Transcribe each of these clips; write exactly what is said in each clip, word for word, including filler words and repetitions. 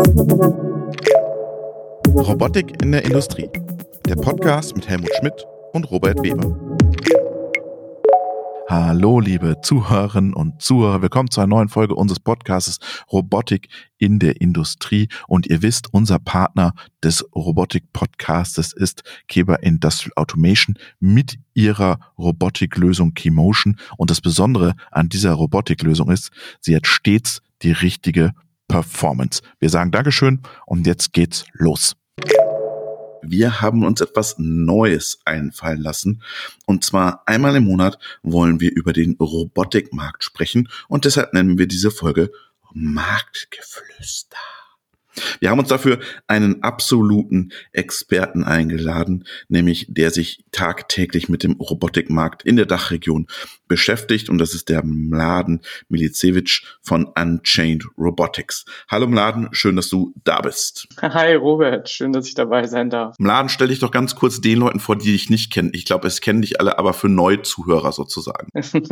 Robotik in der Industrie. Der Podcast mit Helmut Schmidt und Robert Weber. Hallo, liebe Zuhörerinnen und Zuhörer. Willkommen zu einer neuen Folge unseres Podcasts Robotik in der Industrie. Und ihr wisst, unser Partner des Robotik-Podcastes ist Keber Industrial Automation mit ihrer Robotiklösung Keymotion. Und das Besondere an dieser Robotiklösung ist, sie hat stets die richtige Performance. Wir sagen Dankeschön und jetzt geht's los. Wir haben uns etwas Neues einfallen lassen. Und zwar einmal im Monat wollen wir über den Robotikmarkt sprechen. Und deshalb nennen wir diese Folge Marktgeflüster. Wir haben uns dafür einen absoluten Experten eingeladen, nämlich der sich tagtäglich mit dem Robotikmarkt in der Dachregion beschäftigt. Und das ist der Mladen Milicevic von Unchained Robotics. Hallo Mladen, schön, dass du da bist. Hi Robert, schön, dass ich dabei sein darf. Mladen, stell dich doch ganz kurz den Leuten vor, die dich nicht kennen. Ich glaube, es kennen dich alle, aber für Neuzuhörer sozusagen.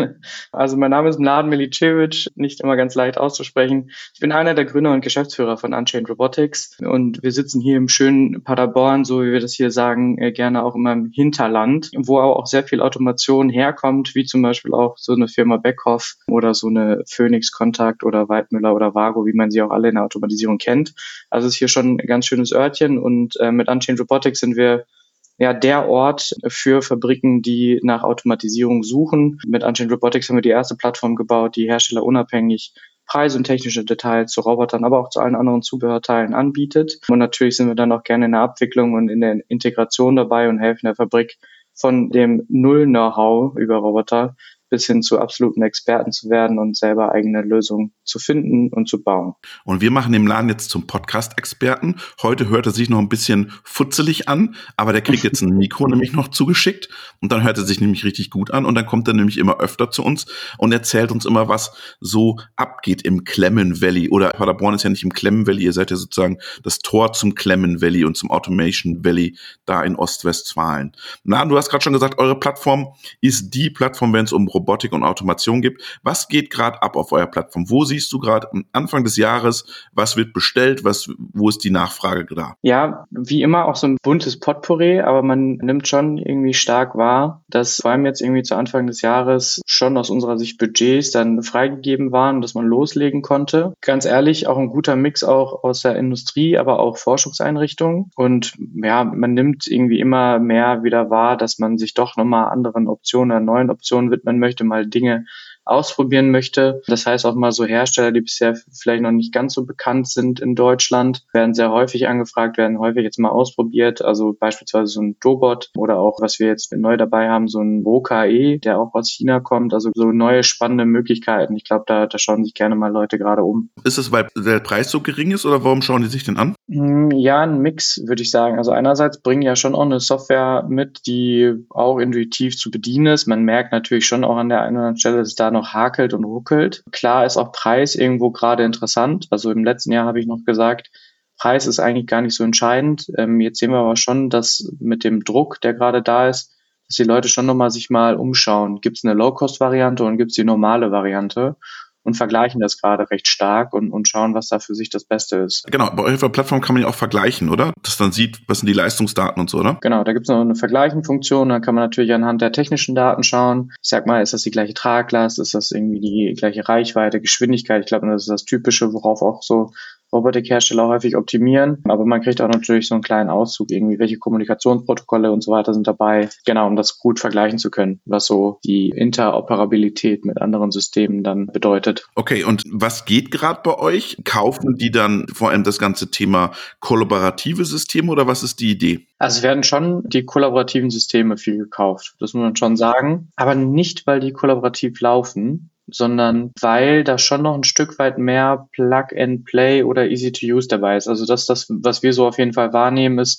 Also mein Name ist Mladen Milicevic, nicht immer ganz leicht auszusprechen. Ich bin einer der Gründer und Geschäftsführer von Unchained Robotics und wir sitzen hier im schönen Paderborn, so wie wir das hier sagen, gerne auch immer im Hinterland, wo auch sehr viel Automation herkommt, wie zum Beispiel auch so eine Firma Beckhoff oder so eine Phoenix Kontakt oder Weidmüller oder Vago, wie man sie auch alle in der Automatisierung kennt. Also es ist hier schon ein ganz schönes Örtchen und äh, mit Unchained Robotics sind wir ja der Ort für Fabriken, die nach Automatisierung suchen. Mit Unchained Robotics haben wir die erste Plattform gebaut, die herstellerunabhängig Preise und technische Details zu Robotern, aber auch zu allen anderen Zubehörteilen anbietet. Und natürlich sind wir dann auch gerne in der Abwicklung und in der Integration dabei und helfen der Fabrik von dem Null-Know-how über Roboter bis hin zu absoluten Experten zu werden und selber eigene Lösungen zu finden und zu bauen. Und wir machen den Laden jetzt zum Podcast-Experten. Heute hört er sich noch ein bisschen futzelig an, aber der kriegt jetzt ein Mikro nämlich noch zugeschickt und dann hört er sich nämlich richtig gut an und dann kommt er nämlich immer öfter zu uns und erzählt uns immer, was so abgeht im Clemmen Valley. Oder Paderborn ist ja nicht im Clemmen Valley, ihr seid ja sozusagen das Tor zum Clemmen Valley und zum Automation Valley da in Ostwestfalen. Na, du hast gerade schon gesagt, eure Plattform ist die Plattform, wenn es um Robotik und Automation gibt. Was geht gerade ab auf eurer Plattform? Wo siehst du gerade am Anfang des Jahres, was wird bestellt, was, wo ist die Nachfrage da? Ja, wie immer auch so ein buntes Potpourri, aber man nimmt schon irgendwie stark wahr, dass vor allem jetzt irgendwie zu Anfang des Jahres schon aus unserer Sicht Budgets dann freigegeben waren, dass man loslegen konnte. Ganz ehrlich, auch ein guter Mix auch aus der Industrie, aber auch Forschungseinrichtungen. Und ja, man nimmt irgendwie immer mehr wieder wahr, dass man sich doch nochmal anderen Optionen, neuen Optionen widmen möchte, mal Dinge ausprobieren möchte. Das heißt auch mal so Hersteller, die bisher vielleicht noch nicht ganz so bekannt sind in Deutschland, werden sehr häufig angefragt, werden häufig jetzt mal ausprobiert. Also beispielsweise so ein Dobot oder auch, was wir jetzt neu dabei haben, so ein O K E, der auch aus China kommt. Also so neue spannende Möglichkeiten. Ich glaube, da, da schauen sich gerne mal Leute gerade um. Ist es, weil der Preis so gering ist oder warum schauen die sich denn an? Ja, ein Mix, würde ich sagen. Also einerseits bringen ja schon auch eine Software mit, die auch intuitiv zu bedienen ist. Man merkt natürlich schon auch an der einen oder anderen Stelle, dass es da noch hakelt und ruckelt. Klar ist auch Preis irgendwo gerade interessant. Also im letzten Jahr habe ich noch gesagt, Preis ist eigentlich gar nicht so entscheidend. Ähm, jetzt sehen wir aber schon, dass mit dem Druck, der gerade da ist, dass die Leute schon nochmal sich mal umschauen. Gibt es eine Low-Cost-Variante und gibt es die normale Variante? Und vergleichen das gerade recht stark und, und schauen, was da für sich das Beste ist. Genau, bei eurer Plattform kann man ja auch vergleichen, oder? Dass man sieht, was sind die Leistungsdaten und so, oder? Genau, da gibt es noch eine Vergleichen-Funktion, dann kann man natürlich anhand der technischen Daten schauen. Ich sag mal, ist das die gleiche Traglast, ist das irgendwie die gleiche Reichweite, Geschwindigkeit? Ich glaube, das ist das Typische, worauf auch so Robotikhersteller häufig optimieren. Aber man kriegt auch natürlich so einen kleinen Auszug, irgendwie welche Kommunikationsprotokolle und so weiter sind dabei. Genau, um das gut vergleichen zu können, was so die Interoperabilität mit anderen Systemen dann bedeutet. Okay, und was geht gerade bei euch? Kaufen die dann vor allem das ganze Thema kollaborative Systeme oder was ist die Idee? Also es werden schon die kollaborativen Systeme viel gekauft, das muss man schon sagen. Aber nicht, weil die kollaborativ laufen, sondern weil da schon noch ein Stück weit mehr Plug and Play oder Easy to Use dabei ist. Also das, das, was wir so auf jeden Fall wahrnehmen, ist,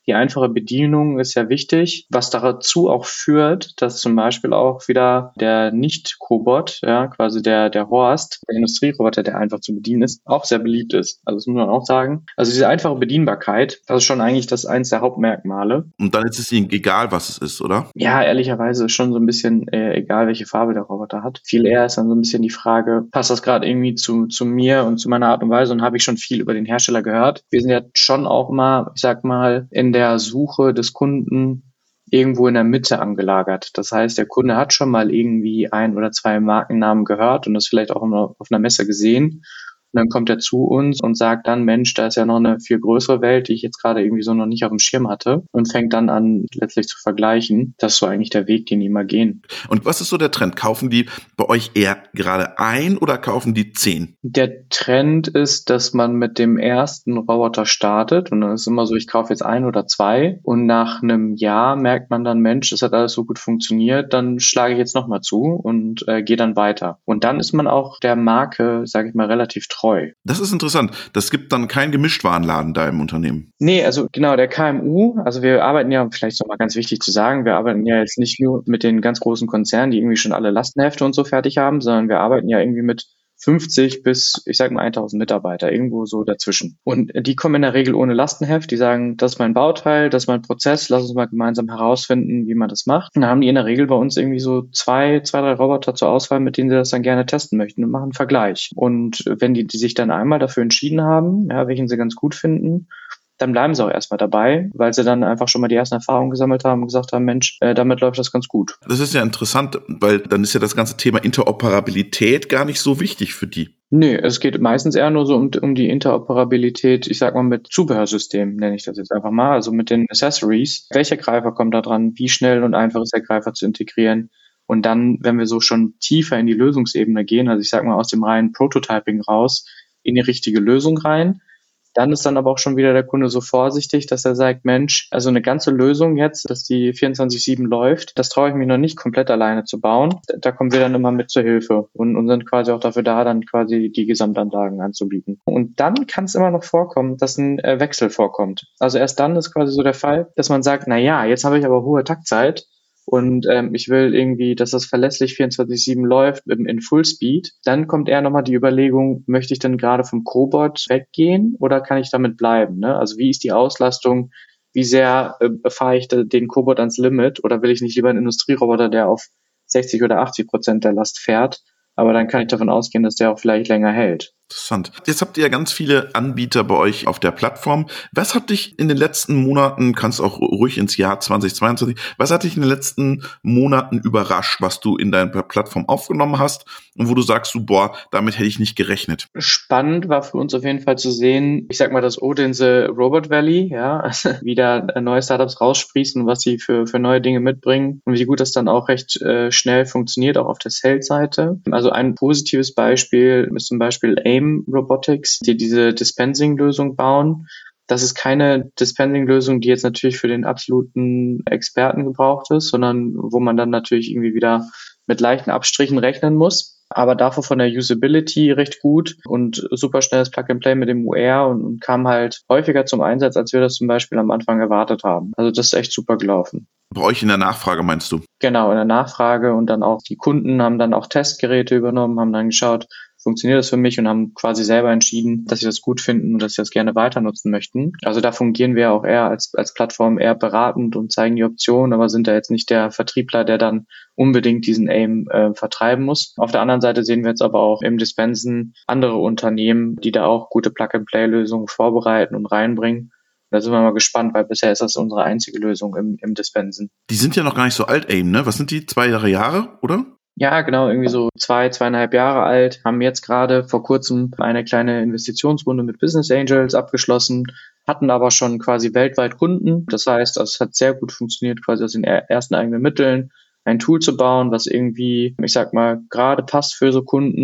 Die einfache Bedienung ist ja wichtig, was dazu auch führt, dass zum Beispiel auch wieder der Nicht-Cobot, ja, quasi der, der Horst, der Industrieroboter, der einfach zu bedienen ist, auch sehr beliebt ist. Also das muss man auch sagen. Also diese einfache Bedienbarkeit, das ist schon eigentlich das eins der Hauptmerkmale. Und dann ist es ihnen egal, was es ist, oder? Ja, ehrlicherweise ist schon so ein bisschen äh, egal, welche Farbe der Roboter hat. Viel eher ist dann so ein bisschen die Frage, passt das gerade irgendwie zu, zu mir und zu meiner Art und Weise, und habe ich schon viel über den Hersteller gehört. Wir sind ja schon auch mal, ich sag mal, in der Suche des Kunden irgendwo in der Mitte angelagert. Das heißt, der Kunde hat schon mal irgendwie ein oder zwei Markennamen gehört und das vielleicht auch auf einer Messe gesehen. Und dann kommt er zu uns und sagt dann, Mensch, da ist ja noch eine viel größere Welt, die ich jetzt gerade irgendwie so noch nicht auf dem Schirm hatte, und fängt dann an, letztlich zu vergleichen. Das ist so eigentlich der Weg, den die immer gehen. Und was ist so der Trend? Kaufen die bei euch eher gerade ein oder kaufen die zehn? Der Trend ist, dass man mit dem ersten Roboter startet und dann ist immer so, ich kaufe jetzt ein oder zwei und nach einem Jahr merkt man dann, Mensch, das hat alles so gut funktioniert, dann schlage ich jetzt nochmal zu und äh, gehe dann weiter. Und dann ist man auch der Marke, sage ich mal, relativ treu. Das ist interessant. Das gibt dann keinen Gemischtwarenladen da im Unternehmen. Nee, also genau, der K M U, also wir arbeiten ja, vielleicht nochmal ganz wichtig zu sagen, wir arbeiten ja jetzt nicht nur mit den ganz großen Konzernen, die irgendwie schon alle Lastenhefte und so fertig haben, sondern wir arbeiten ja irgendwie mit fünfzig bis, ich sag mal, tausend Mitarbeiter, irgendwo so dazwischen. Und die kommen in der Regel ohne Lastenheft, die sagen, das ist mein Bauteil, das ist mein Prozess, lass uns mal gemeinsam herausfinden, wie man das macht. Und dann haben die in der Regel bei uns irgendwie so zwei, zwei, drei Roboter zur Auswahl, mit denen sie das dann gerne testen möchten und machen einen Vergleich. Und wenn die, die sich dann einmal dafür entschieden haben, ja, welchen sie ganz gut finden, dann bleiben sie auch erstmal dabei, weil sie dann einfach schon mal die ersten Erfahrungen gesammelt haben und gesagt haben, Mensch, äh, damit läuft das ganz gut. Das ist ja interessant, weil dann ist ja das ganze Thema Interoperabilität gar nicht so wichtig für die. Nee, es geht meistens eher nur so um, um die Interoperabilität, ich sag mal mit Zubehörsystemen, nenne ich das jetzt einfach mal, also mit den Accessories. Welcher Greifer kommt da dran? Wie schnell und einfach ist der Greifer zu integrieren? Und dann, wenn wir so schon tiefer in die Lösungsebene gehen, also ich sag mal aus dem reinen Prototyping raus, in die richtige Lösung rein, dann ist dann aber auch schon wieder der Kunde so vorsichtig, dass er sagt, Mensch, also eine ganze Lösung jetzt, dass die vierundzwanzig sieben läuft, das traue ich mich noch nicht komplett alleine zu bauen. Da kommen wir dann immer mit zur Hilfe und, und sind quasi auch dafür da, dann quasi die Gesamtanlagen anzubieten. Und dann kann es immer noch vorkommen, dass ein äh, Wechsel vorkommt. Also erst dann ist quasi so der Fall, dass man sagt, na ja, jetzt habe ich aber hohe Taktzeit. Und ähm, ich will irgendwie, dass das verlässlich vierundzwanzig sieben läuft in, in Fullspeed. Dann kommt eher nochmal die Überlegung, möchte ich denn gerade vom Cobot weggehen oder kann ich damit bleiben? Ne? Also wie ist die Auslastung? Wie sehr äh, fahre ich da, den Cobot ans Limit? Oder will ich nicht lieber einen Industrieroboter, der auf sechzig oder achtzig Prozent der Last fährt? Aber dann kann ich davon ausgehen, dass der auch vielleicht länger hält. Interessant. Jetzt habt ihr ja ganz viele Anbieter bei euch auf der Plattform. Was hat dich in den letzten Monaten, kannst auch ruhig ins Jahr zwanzig zweiundzwanzig, was hat dich in den letzten Monaten überrascht, was du in deiner Plattform aufgenommen hast und wo du sagst, du, boah, damit hätte ich nicht gerechnet? Spannend war für uns auf jeden Fall zu sehen, ich sag mal, das Odense Robot Valley, ja, also wie da neue Startups raussprießen, was sie für, für neue Dinge mitbringen und wie gut das dann auch recht äh, schnell funktioniert, auch auf der Sales-Seite. Also ein positives Beispiel ist zum Beispiel AIM Robotics, die diese Dispensing-Lösung bauen. Das ist keine Dispensing-Lösung, die jetzt natürlich für den absoluten Experten gebraucht ist, sondern wo man dann natürlich irgendwie wieder mit leichten Abstrichen rechnen muss. Aber dafür von der Usability recht gut und super schnelles Plug-and-Play mit dem U R und, und kam halt häufiger zum Einsatz, als wir das zum Beispiel am Anfang erwartet haben. Also das ist echt super gelaufen. Bei euch in der Nachfrage meinst du? Genau, in der Nachfrage und dann auch die Kunden haben dann auch Testgeräte übernommen, haben dann geschaut, funktioniert das für mich und haben quasi selber entschieden, dass sie das gut finden und dass sie das gerne weiter nutzen möchten. Also da fungieren wir auch eher als, als Plattform eher beratend und zeigen die Optionen, aber sind da jetzt nicht der Vertriebler, der dann unbedingt diesen AIM äh, vertreiben muss. Auf der anderen Seite sehen wir jetzt aber auch im Dispensen andere Unternehmen, die da auch gute Plug-and-Play-Lösungen vorbereiten und reinbringen. Da sind wir mal gespannt, weil bisher ist das unsere einzige Lösung im, im Dispensen. Die sind ja noch gar nicht so alt, AIM, ne? Was sind die? Zwei, drei Jahre, oder? Ja, genau, irgendwie so zwei, zweieinhalb Jahre alt, haben jetzt gerade vor kurzem eine kleine Investitionsrunde mit Business Angels abgeschlossen, hatten aber schon quasi weltweit Kunden. Das heißt, es hat sehr gut funktioniert, quasi aus den ersten eigenen Mitteln ein Tool zu bauen, was irgendwie, ich sag mal, gerade passt für so Kunden,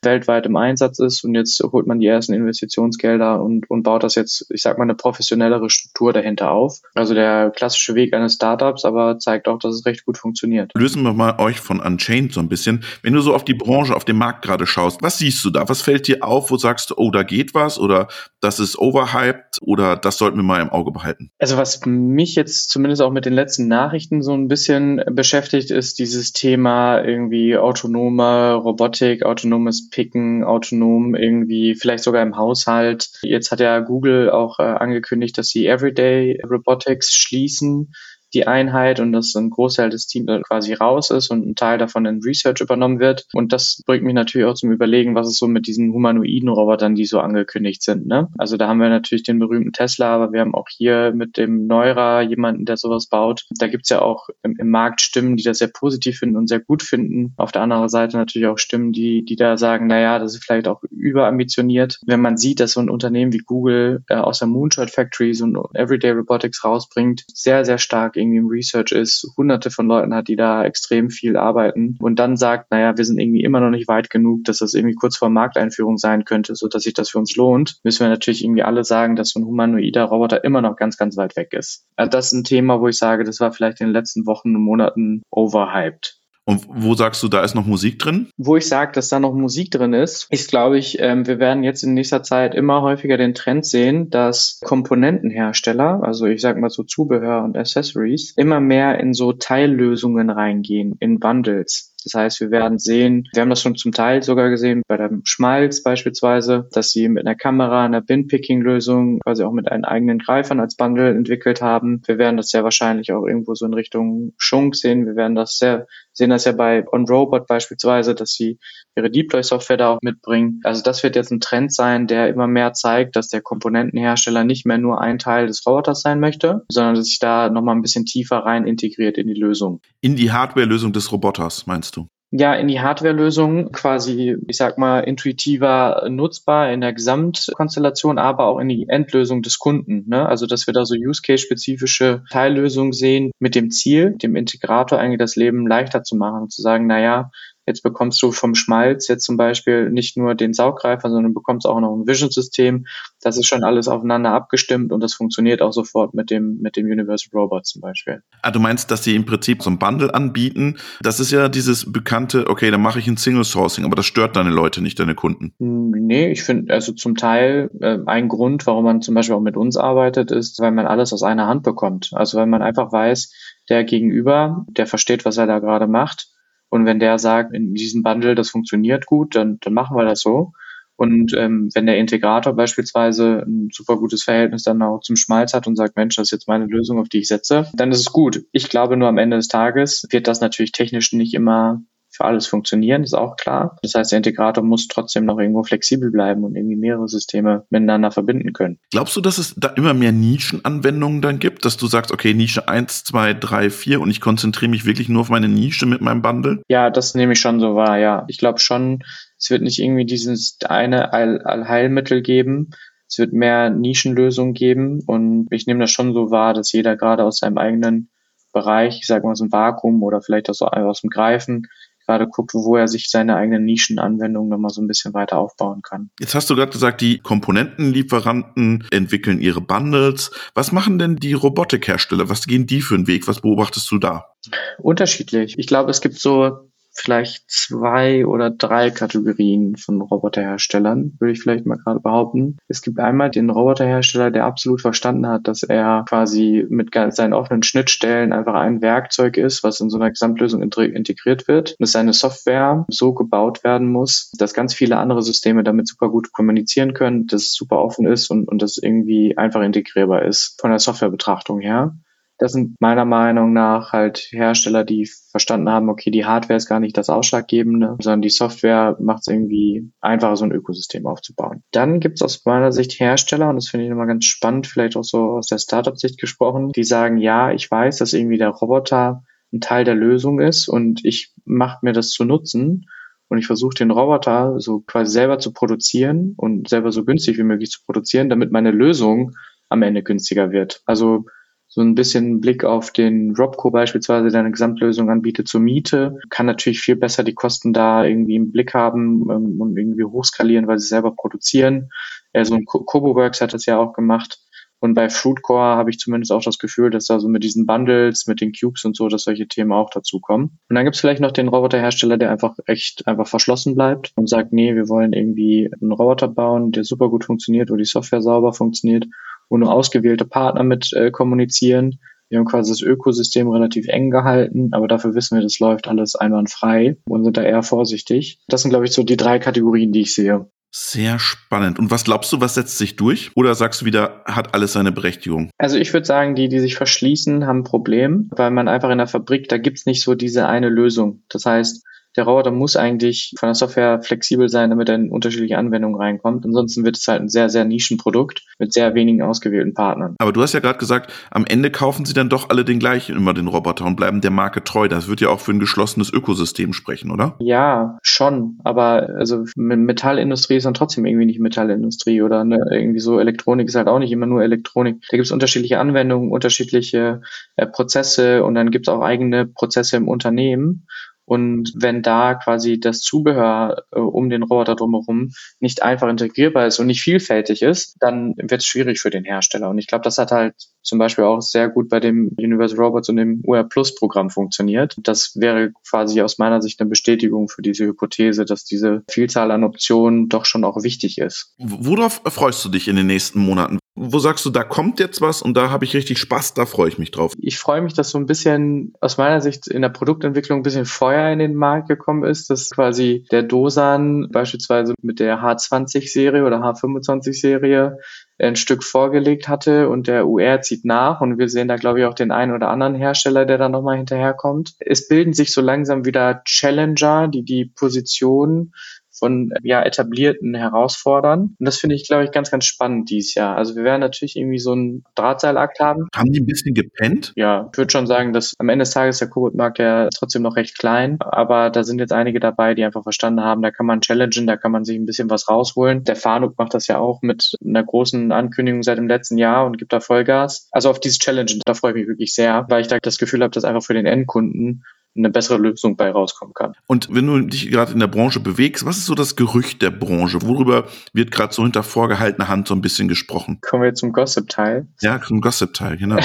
weltweit im Einsatz ist und jetzt holt man die ersten Investitionsgelder und, und baut das jetzt, ich sag mal, eine professionellere Struktur dahinter auf. Also der klassische Weg eines Startups, aber zeigt auch, dass es recht gut funktioniert. Lösen wir mal euch von Unchained so ein bisschen. Wenn du so auf die Branche, auf den Markt gerade schaust, was siehst du da? Was fällt dir auf, wo sagst du, oh, da geht was oder das ist overhyped oder das sollten wir mal im Auge behalten? Also was mich jetzt zumindest auch mit den letzten Nachrichten so ein bisschen beschäftigt, ist dieses Thema irgendwie autonome Robotik, autonomes Picken, autonom irgendwie vielleicht sogar im Haushalt. Jetzt hat ja Google auch äh, angekündigt, dass sie Everyday Robotics schließen, die Einheit, und dass ein Großteil des Teams quasi raus ist und ein Teil davon in Research übernommen wird. Und das bringt mich natürlich auch zum Überlegen, was ist so mit diesen humanoiden Robotern, die so angekündigt sind, ne? Also da haben wir natürlich den berühmten Tesla, aber wir haben auch hier mit dem Neura jemanden, der sowas baut. Da gibt's ja auch im, im Markt Stimmen, die das sehr positiv finden und sehr gut finden. Auf der anderen Seite natürlich auch Stimmen, die die da sagen, naja, das ist vielleicht auch überambitioniert. Wenn man sieht, dass so ein Unternehmen wie Google äh, aus der Moonshot Factory so ein Everyday Robotics rausbringt, sehr, sehr stark irgendwie im Research ist, hunderte von Leuten hat, die da extrem viel arbeiten und dann sagt, naja, wir sind irgendwie immer noch nicht weit genug, dass das irgendwie kurz vor Markteinführung sein könnte, so dass sich das für uns lohnt, müssen wir natürlich irgendwie alle sagen, dass so ein humanoider Roboter immer noch ganz, ganz weit weg ist. Also das ist ein Thema, wo ich sage, das war vielleicht in den letzten Wochen und Monaten overhyped. Und wo sagst du, da ist noch Musik drin? Wo ich sage, dass da noch Musik drin ist, ist, glaube ich, ähm, wir werden jetzt in nächster Zeit immer häufiger den Trend sehen, dass Komponentenhersteller, also ich sag mal so Zubehör und Accessories, immer mehr in so Teillösungen reingehen, in Bundles. Das heißt, wir werden sehen, wir haben das schon zum Teil sogar gesehen, bei dem Schmalz beispielsweise, dass sie mit einer Kamera, einer Bin-Picking-Lösung quasi auch mit einen eigenen Greifern als Bundle entwickelt haben. Wir werden das sehr wahrscheinlich auch irgendwo so in Richtung Schunk sehen. Wir werden das sehr, sehen das ja bei OnRobot beispielsweise, dass sie ihre Deploy-Software da auch mitbringen. Also das wird jetzt ein Trend sein, der immer mehr zeigt, dass der Komponentenhersteller nicht mehr nur ein Teil des Roboters sein möchte, sondern dass sich da nochmal ein bisschen tiefer rein integriert in die Lösung. In die Hardware-Lösung des Roboters, meinst du? Ja, in die Hardware-Lösung quasi, ich sag mal, intuitiver nutzbar in der Gesamtkonstellation, aber auch in die Endlösung des Kunden, ne? Also, dass wir da so Use-Case-spezifische Teillösungen sehen mit dem Ziel, dem Integrator eigentlich das Leben leichter zu machen und zu sagen, na ja, jetzt bekommst du vom Schmalz jetzt zum Beispiel nicht nur den Sauggreifer, sondern bekommst auch noch ein Vision-System. Das ist schon alles aufeinander abgestimmt und das funktioniert auch sofort mit dem mit dem Universal Robot zum Beispiel. Ah, du meinst, dass sie im Prinzip so ein Bundle anbieten? Das ist ja dieses bekannte, okay, dann mache ich ein Single-Sourcing, aber das stört deine Leute nicht, deine Kunden. Nee, ich finde, also zum Teil äh, ein Grund, warum man zum Beispiel auch mit uns arbeitet, ist, weil man alles aus einer Hand bekommt. Also weil man einfach weiß, der Gegenüber, der versteht, was er da gerade macht. Und wenn der sagt, in diesem Bundle, das funktioniert gut, dann, dann machen wir das so. Und ähm, wenn der Integrator beispielsweise ein super gutes Verhältnis dann auch zum Schmalz hat und sagt, Mensch, das ist jetzt meine Lösung, auf die ich setze, dann ist es gut. Ich glaube nur am Ende des Tages wird das natürlich technisch nicht immer für alles funktionieren, ist auch klar. Das heißt, der Integrator muss trotzdem noch irgendwo flexibel bleiben und irgendwie mehrere Systeme miteinander verbinden können. Glaubst du, dass es da immer mehr Nischenanwendungen dann gibt, dass du sagst, okay, Nische eins, zwei, drei, vier und ich konzentriere mich wirklich nur auf meine Nische mit meinem Bundle? Ja, das nehme ich schon so wahr, ja. Ich glaube schon, es wird nicht irgendwie dieses eine All- Allheilmittel geben. Es wird mehr Nischenlösungen geben und ich nehme das schon so wahr, dass jeder gerade aus seinem eigenen Bereich, ich sage mal aus dem Vakuum oder vielleicht auch so aus dem Greifen, gerade guckt, wo er sich seine eigenen Nischenanwendungen nochmal so ein bisschen weiter aufbauen kann. Jetzt hast du gerade gesagt, die Komponentenlieferanten entwickeln ihre Bundles. Was machen denn die Robotikhersteller? Was gehen die für einen Weg? Was beobachtest du da? Unterschiedlich. Ich glaube, es gibt so vielleicht zwei oder drei Kategorien von Roboterherstellern, würde ich vielleicht mal gerade behaupten. Es gibt einmal den Roboterhersteller, der absolut verstanden hat, dass er quasi mit seinen offenen Schnittstellen einfach ein Werkzeug ist, was in so einer Gesamtlösung integriert wird, dass seine Software so gebaut werden muss, dass ganz viele andere Systeme damit super gut kommunizieren können, dass es super offen ist und, und das irgendwie einfach integrierbar ist von der Softwarebetrachtung her. Das sind meiner Meinung nach halt Hersteller, die verstanden haben, okay, die Hardware ist gar nicht das Ausschlaggebende, sondern die Software macht es irgendwie einfacher, so ein Ökosystem aufzubauen. Dann gibt es aus meiner Sicht Hersteller, und das finde ich immer ganz spannend, vielleicht auch so aus der Startup-Sicht gesprochen, die sagen, ja, ich weiß, dass irgendwie der Roboter ein Teil der Lösung ist und ich mache mir das zu nutzen und ich versuche den Roboter so quasi selber zu produzieren und selber so günstig wie möglich zu produzieren, damit meine Lösung am Ende günstiger wird. Also so ein bisschen Blick auf den Robco beispielsweise, der eine Gesamtlösung anbietet zur Miete, kann natürlich viel besser die Kosten da irgendwie im Blick haben ähm, und irgendwie hochskalieren, weil sie selber produzieren. Äh, so ein Co- Coboworks hat das ja auch gemacht. Und bei Fruitcore habe ich zumindest auch das Gefühl, dass da so mit diesen Bundles, mit den Cubes und so, dass solche Themen auch dazukommen. Und dann gibt es vielleicht noch den Roboterhersteller, der einfach echt einfach verschlossen bleibt und sagt, nee, wir wollen irgendwie einen Roboter bauen, der super gut funktioniert, wo die Software sauber funktioniert, wo nur ausgewählte Partner mit äh, kommunizieren. Wir haben quasi das Ökosystem relativ eng gehalten, aber dafür wissen wir, das läuft alles einwandfrei und sind da eher vorsichtig. Das sind, glaube ich, so die drei Kategorien, die ich sehe. Sehr spannend. Und was glaubst du, was setzt sich durch? Oder sagst du wieder, hat alles seine Berechtigung? Also ich würde sagen, die, die sich verschließen, haben ein Problem, weil man einfach in der Fabrik, da gibt's nicht so diese eine Lösung. Das heißt, der Roboter muss eigentlich von der Software flexibel sein, damit er in unterschiedliche Anwendungen reinkommt. Ansonsten wird es halt ein sehr, sehr Nischenprodukt mit sehr wenigen ausgewählten Partnern. Aber du hast ja gerade gesagt, am Ende kaufen sie dann doch alle den gleichen, immer den Roboter und bleiben der Marke treu. Das wird ja auch für ein geschlossenes Ökosystem sprechen, oder? Ja, schon. Aber also Metallindustrie ist dann trotzdem irgendwie nicht Metallindustrie oder eine, irgendwie so Elektronik ist halt auch nicht immer nur Elektronik. Da gibt es unterschiedliche Anwendungen, unterschiedliche äh, Prozesse und dann gibt es auch eigene Prozesse im Unternehmen. Und wenn da quasi das Zubehör äh, um den Roboter drumherum nicht einfach integrierbar ist und nicht vielfältig ist, dann wird es schwierig für den Hersteller. Und ich glaube, das hat halt zum Beispiel auch sehr gut bei dem Universal Robots und dem U R Plus Programm funktioniert. Das wäre quasi aus meiner Sicht eine Bestätigung für diese Hypothese, dass diese Vielzahl an Optionen doch schon auch wichtig ist. Worauf freust du dich in den nächsten Monaten? Wo sagst du, da kommt jetzt was und da habe ich richtig Spaß, da freue ich mich drauf? Ich freue mich, dass so ein bisschen aus meiner Sicht in der Produktentwicklung ein bisschen Feuer in den Markt gekommen ist, dass quasi der Dosan beispielsweise mit der H zwanzig Serie oder H fünfundzwanzig Serie ein Stück vorgelegt hatte und der U R zieht nach und wir sehen da, glaube ich, auch den einen oder anderen Hersteller, der da nochmal hinterherkommt. Es bilden sich so langsam wieder Challenger, die die Position von ja etablierten herausfordern. Und das finde ich, glaube ich, ganz, ganz spannend dieses Jahr. Also wir werden natürlich irgendwie so einen Drahtseilakt haben. Haben die ein bisschen gepennt? Ja, ich würde schon sagen, dass am Ende des Tages der Cobot-Markt ja trotzdem noch recht klein, aber da sind jetzt einige dabei, die einfach verstanden haben, da kann man challengen, da kann man sich ein bisschen was rausholen. Der Fanuc macht das ja auch mit einer großen Ankündigung seit dem letzten Jahr und gibt da Vollgas. Also auf dieses Challengen, da freue ich mich wirklich sehr, weil ich da das Gefühl habe, dass einfach für den Endkunden eine bessere Lösung bei rauskommen kann. Und wenn du dich gerade in der Branche bewegst, was ist so das Gerücht der Branche? Worüber wird gerade so hinter vorgehaltener Hand so ein bisschen gesprochen? Kommen wir zum Gossip-Teil. Ja, zum Gossip-Teil, genau.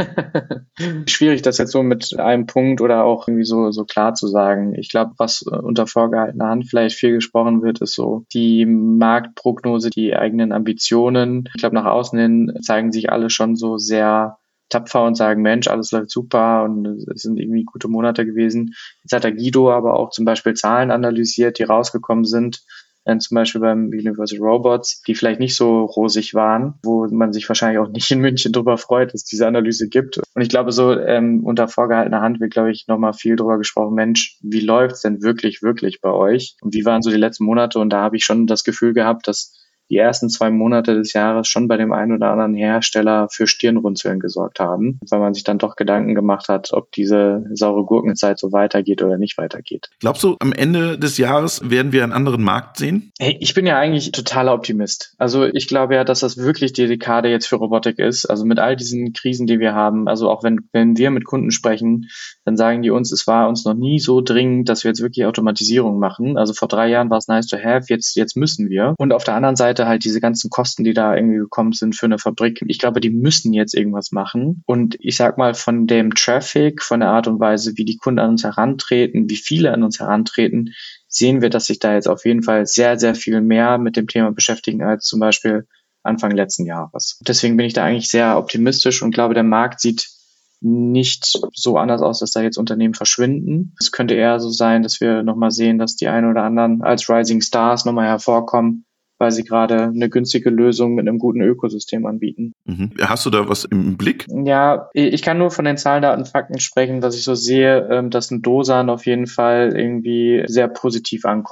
Schwierig, das jetzt so mit einem Punkt oder auch irgendwie so, so klar zu sagen. Ich glaube, was unter vorgehaltener Hand vielleicht viel gesprochen wird, ist so die Marktprognose, die eigenen Ambitionen. Ich glaube, nach außen hin zeigen sich alle schon so sehr tapfer und sagen, Mensch, alles läuft super und es sind irgendwie gute Monate gewesen. Jetzt hat der Guido aber auch zum Beispiel Zahlen analysiert, die rausgekommen sind, äh, zum Beispiel beim Universal Robots, die vielleicht nicht so rosig waren, wo man sich wahrscheinlich auch nicht in München drüber freut, dass es diese Analyse gibt. Und ich glaube, so ähm, unter vorgehaltener Hand wird, glaube ich, nochmal viel drüber gesprochen, Mensch, wie läuft's denn wirklich, wirklich bei euch? Und wie waren so die letzten Monate? Und da habe ich schon das Gefühl gehabt, dass die ersten zwei Monate des Jahres schon bei dem einen oder anderen Hersteller für Stirnrunzeln gesorgt haben, weil man sich dann doch Gedanken gemacht hat, ob diese saure Gurkenzeit so weitergeht oder nicht weitergeht. Glaubst du, am Ende des Jahres werden wir einen anderen Markt sehen? Hey, ich bin ja eigentlich totaler Optimist. Also ich glaube ja, dass das wirklich die Dekade jetzt für Robotik ist. Also mit all diesen Krisen, die wir haben, also auch wenn, wenn wir mit Kunden sprechen, dann sagen die uns, es war uns noch nie so dringend, dass wir jetzt wirklich Automatisierung machen. Also vor drei Jahren war es nice to have, jetzt, jetzt müssen wir. Und auf der anderen Seite halt diese ganzen Kosten, die da irgendwie gekommen sind für eine Fabrik. Ich glaube, die müssen jetzt irgendwas machen. Und ich sag mal, von dem Traffic, von der Art und Weise, wie die Kunden an uns herantreten, wie viele an uns herantreten, sehen wir, dass sich da jetzt auf jeden Fall sehr, sehr viel mehr mit dem Thema beschäftigen als zum Beispiel Anfang letzten Jahres. Deswegen bin ich da eigentlich sehr optimistisch und glaube, der Markt sieht nicht so anders aus, dass da jetzt Unternehmen verschwinden. Es könnte eher so sein, dass wir nochmal sehen, dass die einen oder anderen als Rising Stars nochmal hervorkommen, weil sie gerade eine günstige Lösung mit einem guten Ökosystem anbieten. Mhm. Hast du da was im Blick? Ja, ich kann nur von den Zahlen, Daten, Fakten sprechen, was ich so sehe, dass ein Dosan auf jeden Fall irgendwie sehr positiv ankommt.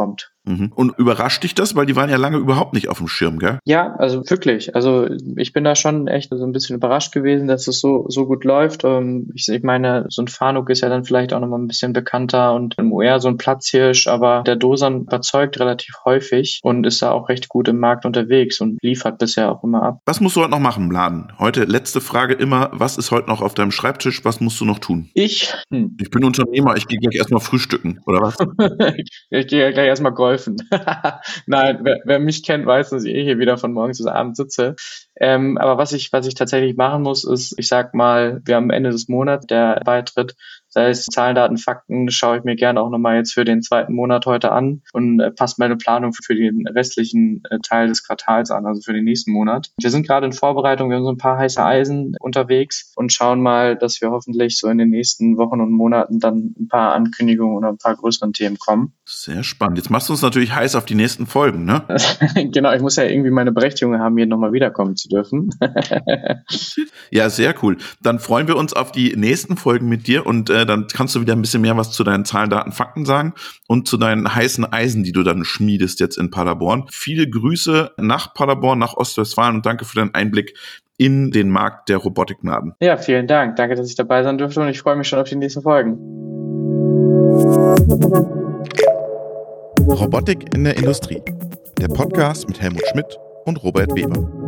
Mhm. Und überrascht dich das? Weil die waren ja lange überhaupt nicht auf dem Schirm, gell? Ja, also wirklich. Also ich bin da schon echt so ein bisschen überrascht gewesen, dass es so so gut läuft. Ich, ich meine, so ein Fanuc ist ja dann vielleicht auch nochmal ein bisschen bekannter und im O R so ein Platzhirsch, aber der Dosan überzeugt relativ häufig und ist da auch recht gut im Markt unterwegs und liefert bisher auch immer ab. Was musst du heute noch machen im Laden? Heute letzte Frage immer, was ist heute noch auf deinem Schreibtisch? Was musst du noch tun? Ich? Hm. Ich bin Unternehmer, ich gehe gleich erstmal frühstücken, oder was? Ich gehe gleich erstmal golfen. Nein, wer, wer mich kennt, weiß, dass ich eh hier wieder von morgens bis abends sitze. Ähm, aber was ich, was ich tatsächlich machen muss, ist, ich sag mal, wir haben am Ende des Monats der Beitritt, sei es Zahlen, Daten, Fakten, schaue ich mir gerne auch nochmal jetzt für den zweiten Monat heute an und äh, passe meine Planung für den restlichen äh, Teil des Quartals an, also für den nächsten Monat. Wir sind gerade in Vorbereitung, wir haben so ein paar heiße Eisen unterwegs und schauen mal, dass wir hoffentlich so in den nächsten Wochen und Monaten dann ein paar Ankündigungen oder ein paar größeren Themen kommen. Sehr spannend. Jetzt machst du uns natürlich heiß auf die nächsten Folgen, ne? Genau, ich muss ja irgendwie meine Berechtigung haben, hier nochmal wiederkommen zu dürfen. Ja, sehr cool. Dann freuen wir uns auf die nächsten Folgen mit dir und äh, dann kannst du wieder ein bisschen mehr was zu deinen Zahlen, Daten, Fakten sagen und zu deinen heißen Eisen, die du dann schmiedest jetzt in Paderborn. Viele Grüße nach Paderborn, nach Ostwestfalen und danke für deinen Einblick in den Markt der Robotiknaden. Ja, vielen Dank. Danke, dass ich dabei sein durfte und ich freue mich schon auf die nächsten Folgen. Robotik in der Industrie. Der Podcast mit Helmut Schmidt und Robert Weber.